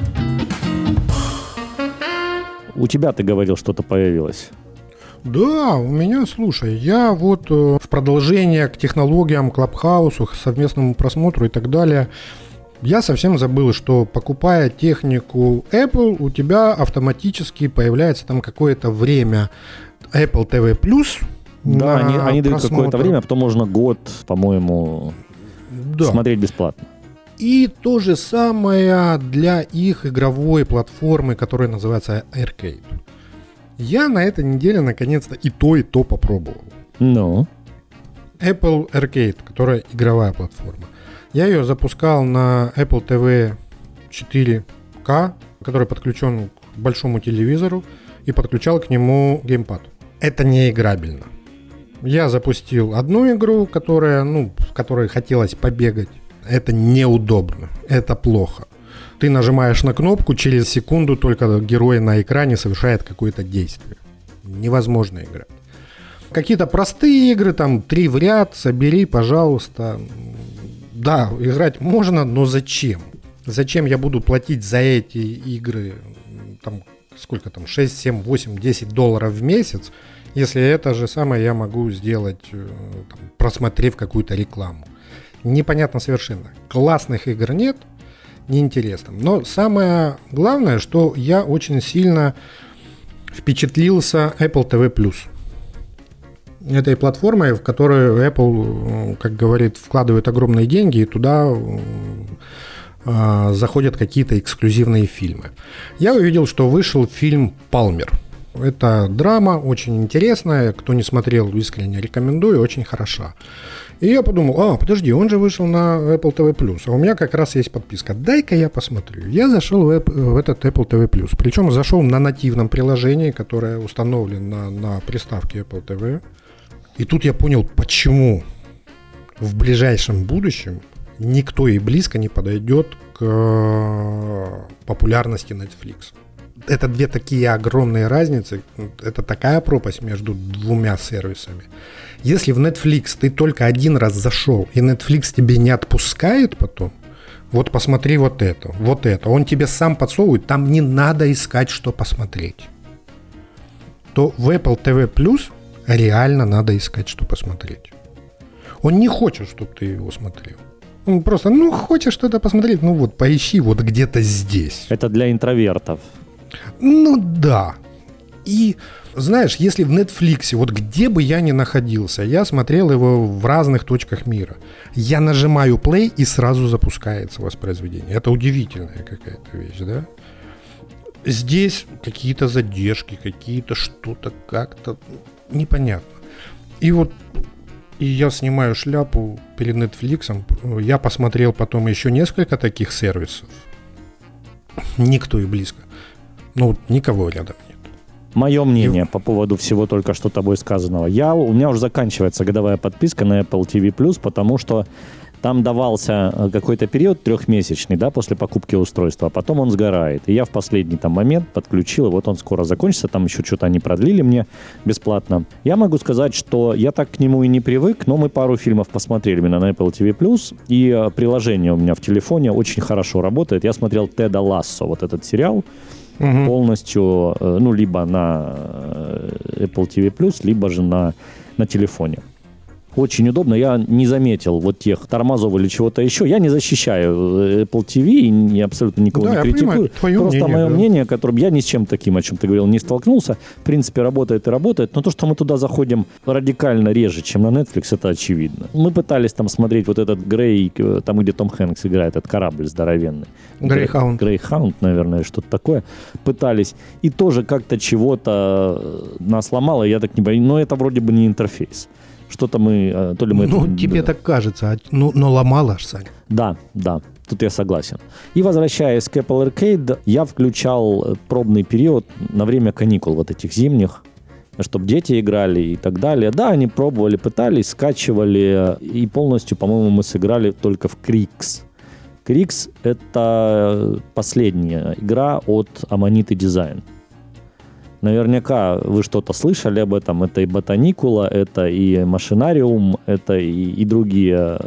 У тебя, ты говорил, что-то появилось. Да, у меня, слушай, я вот в продолжение к технологиям, к Clubhouse, к совместному просмотру и так далее, я совсем забыл, что покупая технику Apple, у тебя автоматически появляется там какое-то время Apple TV+. Да, они дают какое-то время, а потом можно год, по-моему, смотреть бесплатно. И то же самое для их игровой платформы, которая называется Arcade. Я на этой неделе наконец-то и то попробовал. Ну? Apple Arcade, которая игровая платформа. Я ее запускал на Apple TV 4K, который подключен к большому телевизору, и подключал к нему геймпад. Это не играбельно. Я запустил одну игру, в которой хотелось побегать. Это неудобно, это плохо. Ты нажимаешь на кнопку, через секунду только герой на экране совершает какое-то действие. Невозможно играть. Какие-то простые игры, там 3 в ряд, собери, пожалуйста. Да, играть можно, но зачем? Зачем я буду платить за эти игры, там, сколько там, 6, 7, 8, 10 долларов в месяц, если это же самое я могу сделать, там, просмотрев какую-то рекламу? Непонятно совершенно. Классных игр нет, неинтересно. Но самое главное, что я очень сильно впечатлился Apple TV+. Этой платформой, в которую Apple, как говорит, вкладывает огромные деньги, и туда заходят какие-то эксклюзивные фильмы. Я увидел, что вышел фильм «Палмер». Это драма, очень интересная. Кто не смотрел, искренне рекомендую, очень хороша. И я подумал, подожди, он же вышел на Apple TV+, а у меня как раз есть подписка. Дай-ка я посмотрю. Я зашел в этот Apple TV+. Причем зашел на нативном приложении, которое установлено на приставке Apple TV. И тут я понял, почему в ближайшем будущем никто и близко не подойдет к популярности Netflix. Это две такие огромные разницы, это такая пропасть между двумя сервисами. Если в Netflix ты только один раз зашел, и Netflix тебе не отпускает потом, вот посмотри вот это, он тебе сам подсовывает, там не надо искать, что посмотреть. То в Apple TV+, реально надо искать, что посмотреть. Он не хочет, чтобы ты его смотрел. Он просто, хочешь что-то посмотреть, поищи вот где-то здесь. Это для интровертов. Да. И, знаешь, если в Netflix, вот где бы я ни находился, я смотрел его в разных точках мира. Я нажимаю play, и сразу запускается воспроизведение. Это удивительная какая-то вещь, да? Здесь какие-то задержки, какие-то что-то как-то непонятно. И я снимаю шляпу перед Netflix. Я посмотрел потом еще несколько таких сервисов. Никто и близко. Никого рядом нет. Мое мнение по поводу всего только что тобой сказанного. У меня уже заканчивается годовая подписка на Apple TV+, потому что там давался какой-то период 3-месячный, да, после покупки устройства, а потом он сгорает. И я в последний момент подключил, и вот он скоро закончится, там еще что-то они продлили мне бесплатно. Я могу сказать, что я так к нему и не привык, но мы пару фильмов посмотрели именно на Apple TV+, и приложение у меня в телефоне очень хорошо работает. Я смотрел «Теда Лассо», вот этот сериал, полностью, либо на Apple TV+, либо же на телефоне. Очень удобно. Я не заметил вот тех тормозов или чего-то еще. Я не защищаю Apple TV и абсолютно никого не критикую. Просто мое мнение, которым я ни с чем таким, о чем ты говорил, не столкнулся. В принципе, работает и работает. Но то, что мы туда заходим радикально реже, чем на Netflix, это очевидно. Мы пытались там смотреть вот этот Грей, там, где Том Хэнкс играет, этот корабль здоровенный. Грейхаунд, наверное, что-то такое. Пытались. И тоже как-то чего-то нас ломало, я так не боюсь. Но это вроде бы не интерфейс. Что-то мы... тебе так кажется, но ломало ж, Саня. Да, тут я согласен. И возвращаясь к Apple Arcade, я включал пробный период на время каникул вот этих зимних, чтобы дети играли и так далее. Да, они пробовали, пытались, скачивали, и полностью, по-моему, мы сыграли только в Крикс. Крикс — это последняя игра от Amanita Design. Наверняка вы что-то слышали об этом. Это и Ботаникула, это и Машинариум, это и другие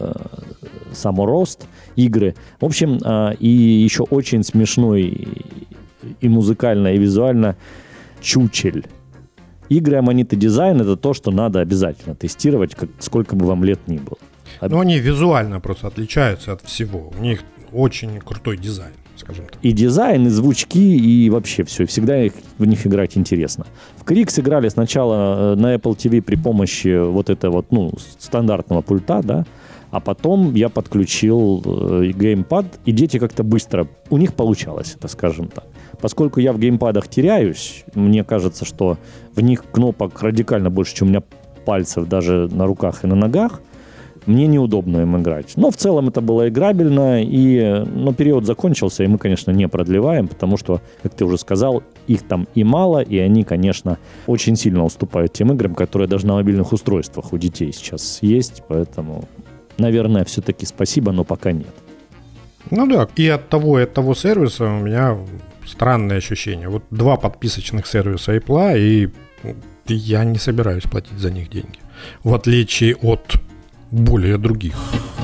Саморост игры. В общем, и еще очень смешной и музыкально, и визуально Чучель. Игры Amanita Design — это то, что надо обязательно тестировать, сколько бы вам лет ни было. Но они визуально просто отличаются от всего. У них очень крутой дизайн, скажем так. И дизайн, и звучки, и вообще все. Всегда в них играть интересно. В Крикс играли сначала на Apple TV при помощи вот этого стандартного пульта, да, а потом я подключил геймпад, и дети как-то быстро, у них получалось это, скажем так. Поскольку я в геймпадах теряюсь, мне кажется, что в них кнопок радикально больше, чем у меня пальцев даже на руках и на ногах, мне неудобно им играть. Но в целом это было играбельно, но период закончился, и мы, конечно, не продлеваем, потому что, как ты уже сказал, их там и мало, и они, конечно, очень сильно уступают тем играм, которые даже на мобильных устройствах у детей сейчас есть, поэтому, наверное, все-таки спасибо, но пока нет. Ну да, и от того сервиса у меня странное ощущение. Вот 2 подписочных сервиса Apple, и я не собираюсь платить за них деньги, в отличие от более других.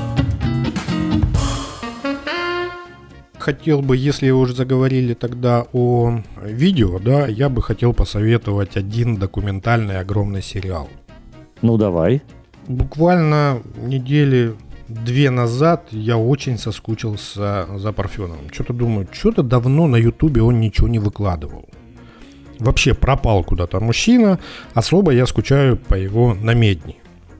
Хотел бы, если уже заговорили тогда о видео, да, я бы хотел посоветовать один документальный огромный сериал. Ну, давай. Буквально недели 2 назад я очень соскучился за Парфеновым. Что-то думаю, что-то давно на Ютубе он ничего не выкладывал. Вообще пропал куда-то мужчина. Особо я скучаю по его намедни.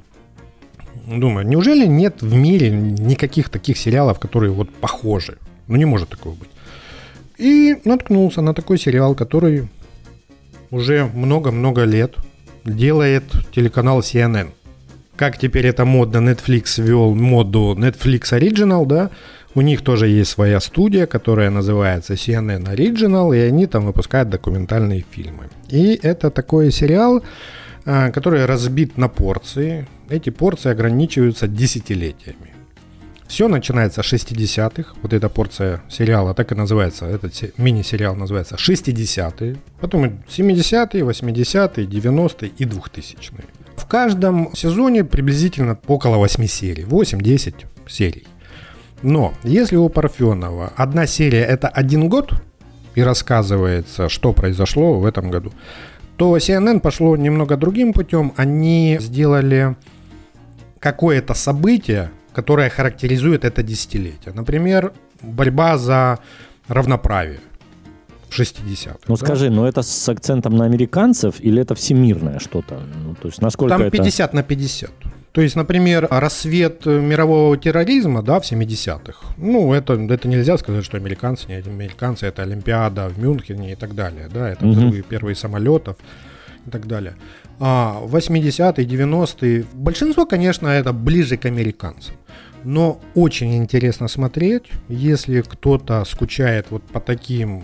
Думаю, неужели нет в мире никаких таких сериалов, которые вот похожи? Ну, не может такого быть. И наткнулся на такой сериал, который уже много-много лет делает телеканал CNN. Как теперь это модно, Netflix ввел моду Netflix Original, да? У них тоже есть своя студия, которая называется CNN Original, и они там выпускают документальные фильмы. И это такой сериал, который разбит на порции. Эти порции ограничиваются десятилетиями. Все начинается с 60-х. Вот эта порция сериала так и называется. Этот мини-сериал называется 60-е. Потом 70-е, 80-е, 90-е и 2000-е. В каждом сезоне приблизительно около 8 серий. 8-10 серий. Но если у Парфенова одна серия это 1 год и рассказывается, что произошло в этом году, то CNN пошло немного другим путем. Они сделали какое-то событие, которое характеризует это десятилетие. Например, борьба за равноправие в 60-х. Ну, да? Скажи, но это с акцентом на американцев или это всемирное что-то? Ну, то есть насколько там это... 50 на 50. То есть, например, рассвет мирового терроризма, да, в 70-х. Ну, это нельзя сказать, что американцы, не американцы, это Олимпиада в Мюнхене и так далее, да, это взрывы первых самолетов и так далее. А 80-е, 90-е, большинство, конечно, это ближе к американцам. Но очень интересно смотреть, если кто-то скучает вот по таким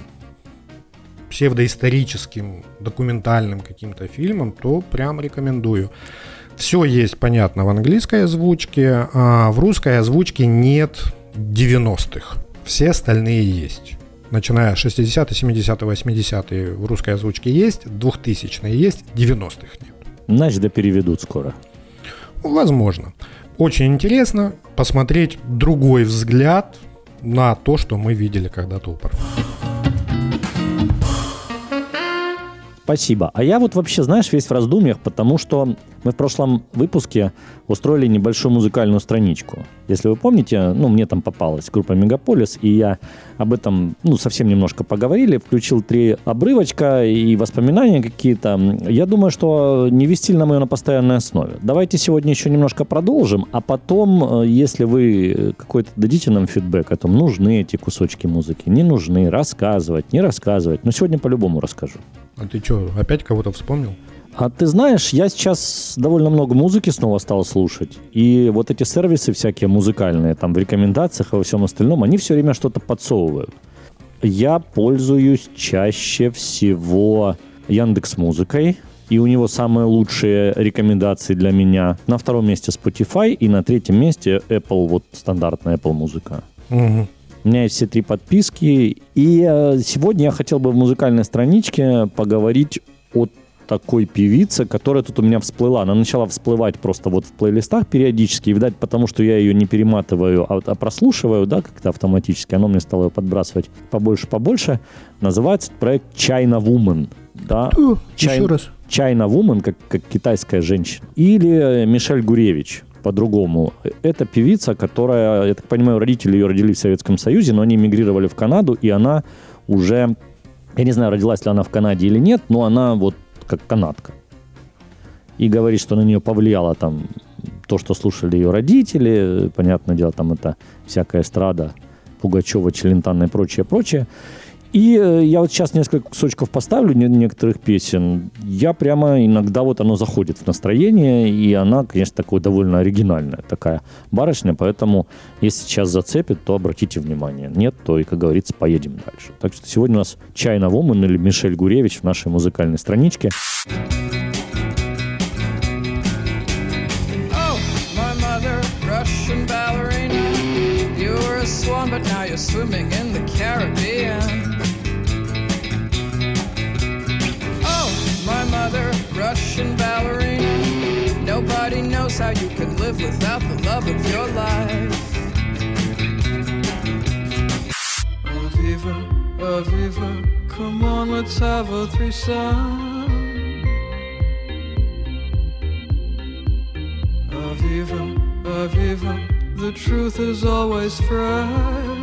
псевдоисторическим, документальным каким-то фильмам, то прям рекомендую. Все есть, понятно, в английской озвучке, а в русской озвучке нет 90-х. Все остальные есть. Начиная с 60-е, 70-е, 80-е в русской озвучке есть, 2000-е есть, 90-х нет. Значит, да переведут скоро. Возможно. Очень интересно посмотреть другой взгляд на то, что мы видели когда-то у Парфенова. Спасибо. А я вот вообще, знаешь, весь в раздумьях, потому что мы в прошлом выпуске устроили небольшую музыкальную страничку. Если вы помните, мне там попалась группа «Мегаполис», и я об этом, совсем немножко поговорили, включил 3 обрывочка и воспоминания какие-то. Я думаю, что не вести нам ее на постоянной основе. Давайте сегодня еще немножко продолжим, а потом, если вы какой-то дадите нам фидбэк о том, нужны эти кусочки музыки, не нужны, рассказывать, не рассказывать. Но сегодня по-любому расскажу. А ты что, опять кого-то вспомнил? А ты знаешь, я сейчас довольно много музыки снова стал слушать. И вот эти сервисы всякие музыкальные, там в рекомендациях и во всем остальном, они все время что-то подсовывают. Я пользуюсь чаще всего Яндекс.Музыкой. И у него самые лучшие рекомендации для меня. На 2-м месте Spotify и на 3-м месте Apple, вот стандартная Apple музыка. Угу. У меня есть все 3 подписки. И сегодня я хотел бы в музыкальной страничке поговорить о такой певице, которая тут у меня всплыла. Она начала всплывать просто вот в плейлистах периодически. И, видать, потому что я ее не перематываю, а прослушиваю, да, как-то автоматически. Оно мне стало ее подбрасывать побольше. Называется проект China Woman. Да? Еще раз. China Woman, как китайская женщина. Или Мишель Гуревич. По-другому. Это певица, которая, я так понимаю, родители ее родились в Советском Союзе, но они эмигрировали в Канаду, и она уже, я не знаю, родилась ли она в Канаде или нет, но она вот как канадка. И говорит, что на нее повлияло там то, что слушали ее родители, понятное дело, там это всякая эстрада, Пугачева, Челентано и прочее. И я вот сейчас несколько кусочков поставлю некоторых песен. Я прямо иногда вот оно заходит в настроение, и она, конечно, такое довольно оригинальная такая барышня, поэтому если сейчас зацепит, то обратите внимание. Нет, то и, как говорится, поедем дальше. Так что сегодня у нас China Woman или Мишель Гуревич в нашей музыкальной страничке. But now you're swimming in the Caribbean. Oh, my mother, Russian ballerina. Nobody knows how you can live without the love of your life. Aviva, Aviva, come on, let's have a threesome. Aviva, Aviva, the truth is always fresh.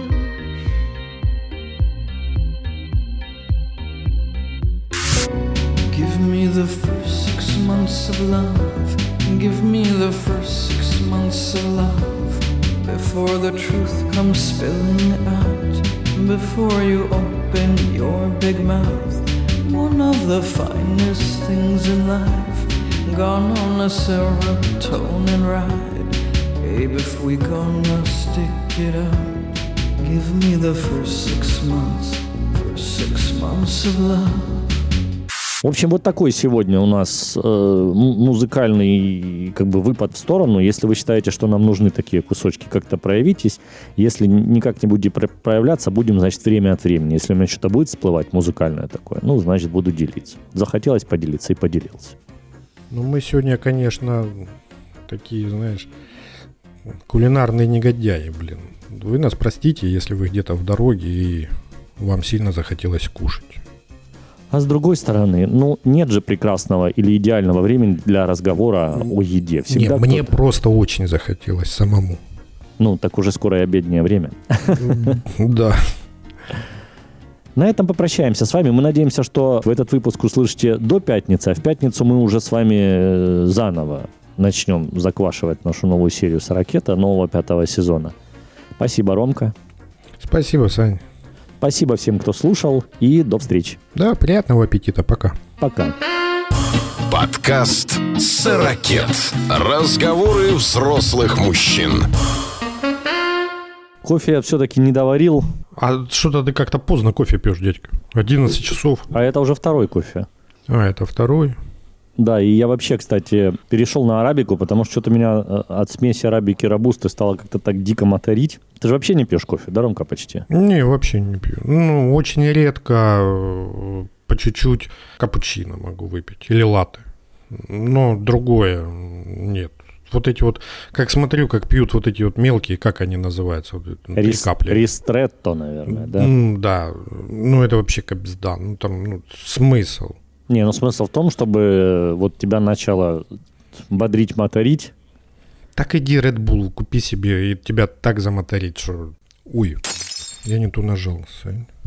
Give me the first 6 months of love. Give me the first 6 months of love. Before the truth comes spilling out. Before you open your big mouth. One of the finest things in life. Gone on a serotonin ride. Babe, if we gonna stick it out, give me the first 6 months of love. В общем, вот такой сегодня у нас музыкальный как бы выпад в сторону. Если вы считаете, что нам нужны такие кусочки, как-то проявитесь. Если никак не будете проявляться, будем, значит, время от времени. Если у меня что-то будет всплывать музыкальное такое, ну, значит, буду делиться. Захотелось поделиться и поделился. Ну, мы сегодня, конечно, такие, знаешь, кулинарные негодяи, блин. Вы нас простите, если вы где-то в дороге и вам сильно захотелось кушать. А с другой стороны, ну, нет же прекрасного или идеального времени для разговора о еде. Всегда нет, мне просто очень захотелось самому. Ну, так уже скоро и обеднее время. Да. На этом попрощаемся с вами. Мы надеемся, что в этот выпуск услышите до пятницы, а в пятницу мы уже с вами заново начнем заквашивать нашу новую серию «Сорокета» нового 5-го сезона. Спасибо, Ромка. Спасибо, Сань. Спасибо всем, кто слушал, и до встречи. Да, приятного аппетита. Пока. Пока. Подкаст «Сорокет». Разговоры взрослых мужчин. Кофе я все-таки не доварил. А что-то ты как-то поздно кофе пьешь, дядька. 11 часов. А это уже второй кофе. А, это второй. Да, и я вообще, кстати, перешел на арабику, потому что что-то меня от смеси арабики и робусты стало как-то так дико моторить. Ты же вообще не пьешь кофе, да, Ромка, почти? Не, вообще не пью. Ну, очень редко, по чуть-чуть капучино могу выпить. Или латте. Но другое нет. Вот эти вот, как смотрю, как пьют вот эти вот мелкие, как они называются? Вот, 3 капли. Ристретто, наверное, да? Да. Ну, это вообще капзда. Ну, там, смысл. Не, ну смысл в том, чтобы вот тебя начало бодрить, моторить. Так иди Red Bull купи себе, и тебя так замоторит, что... Ой, я не ту нажал, Сань.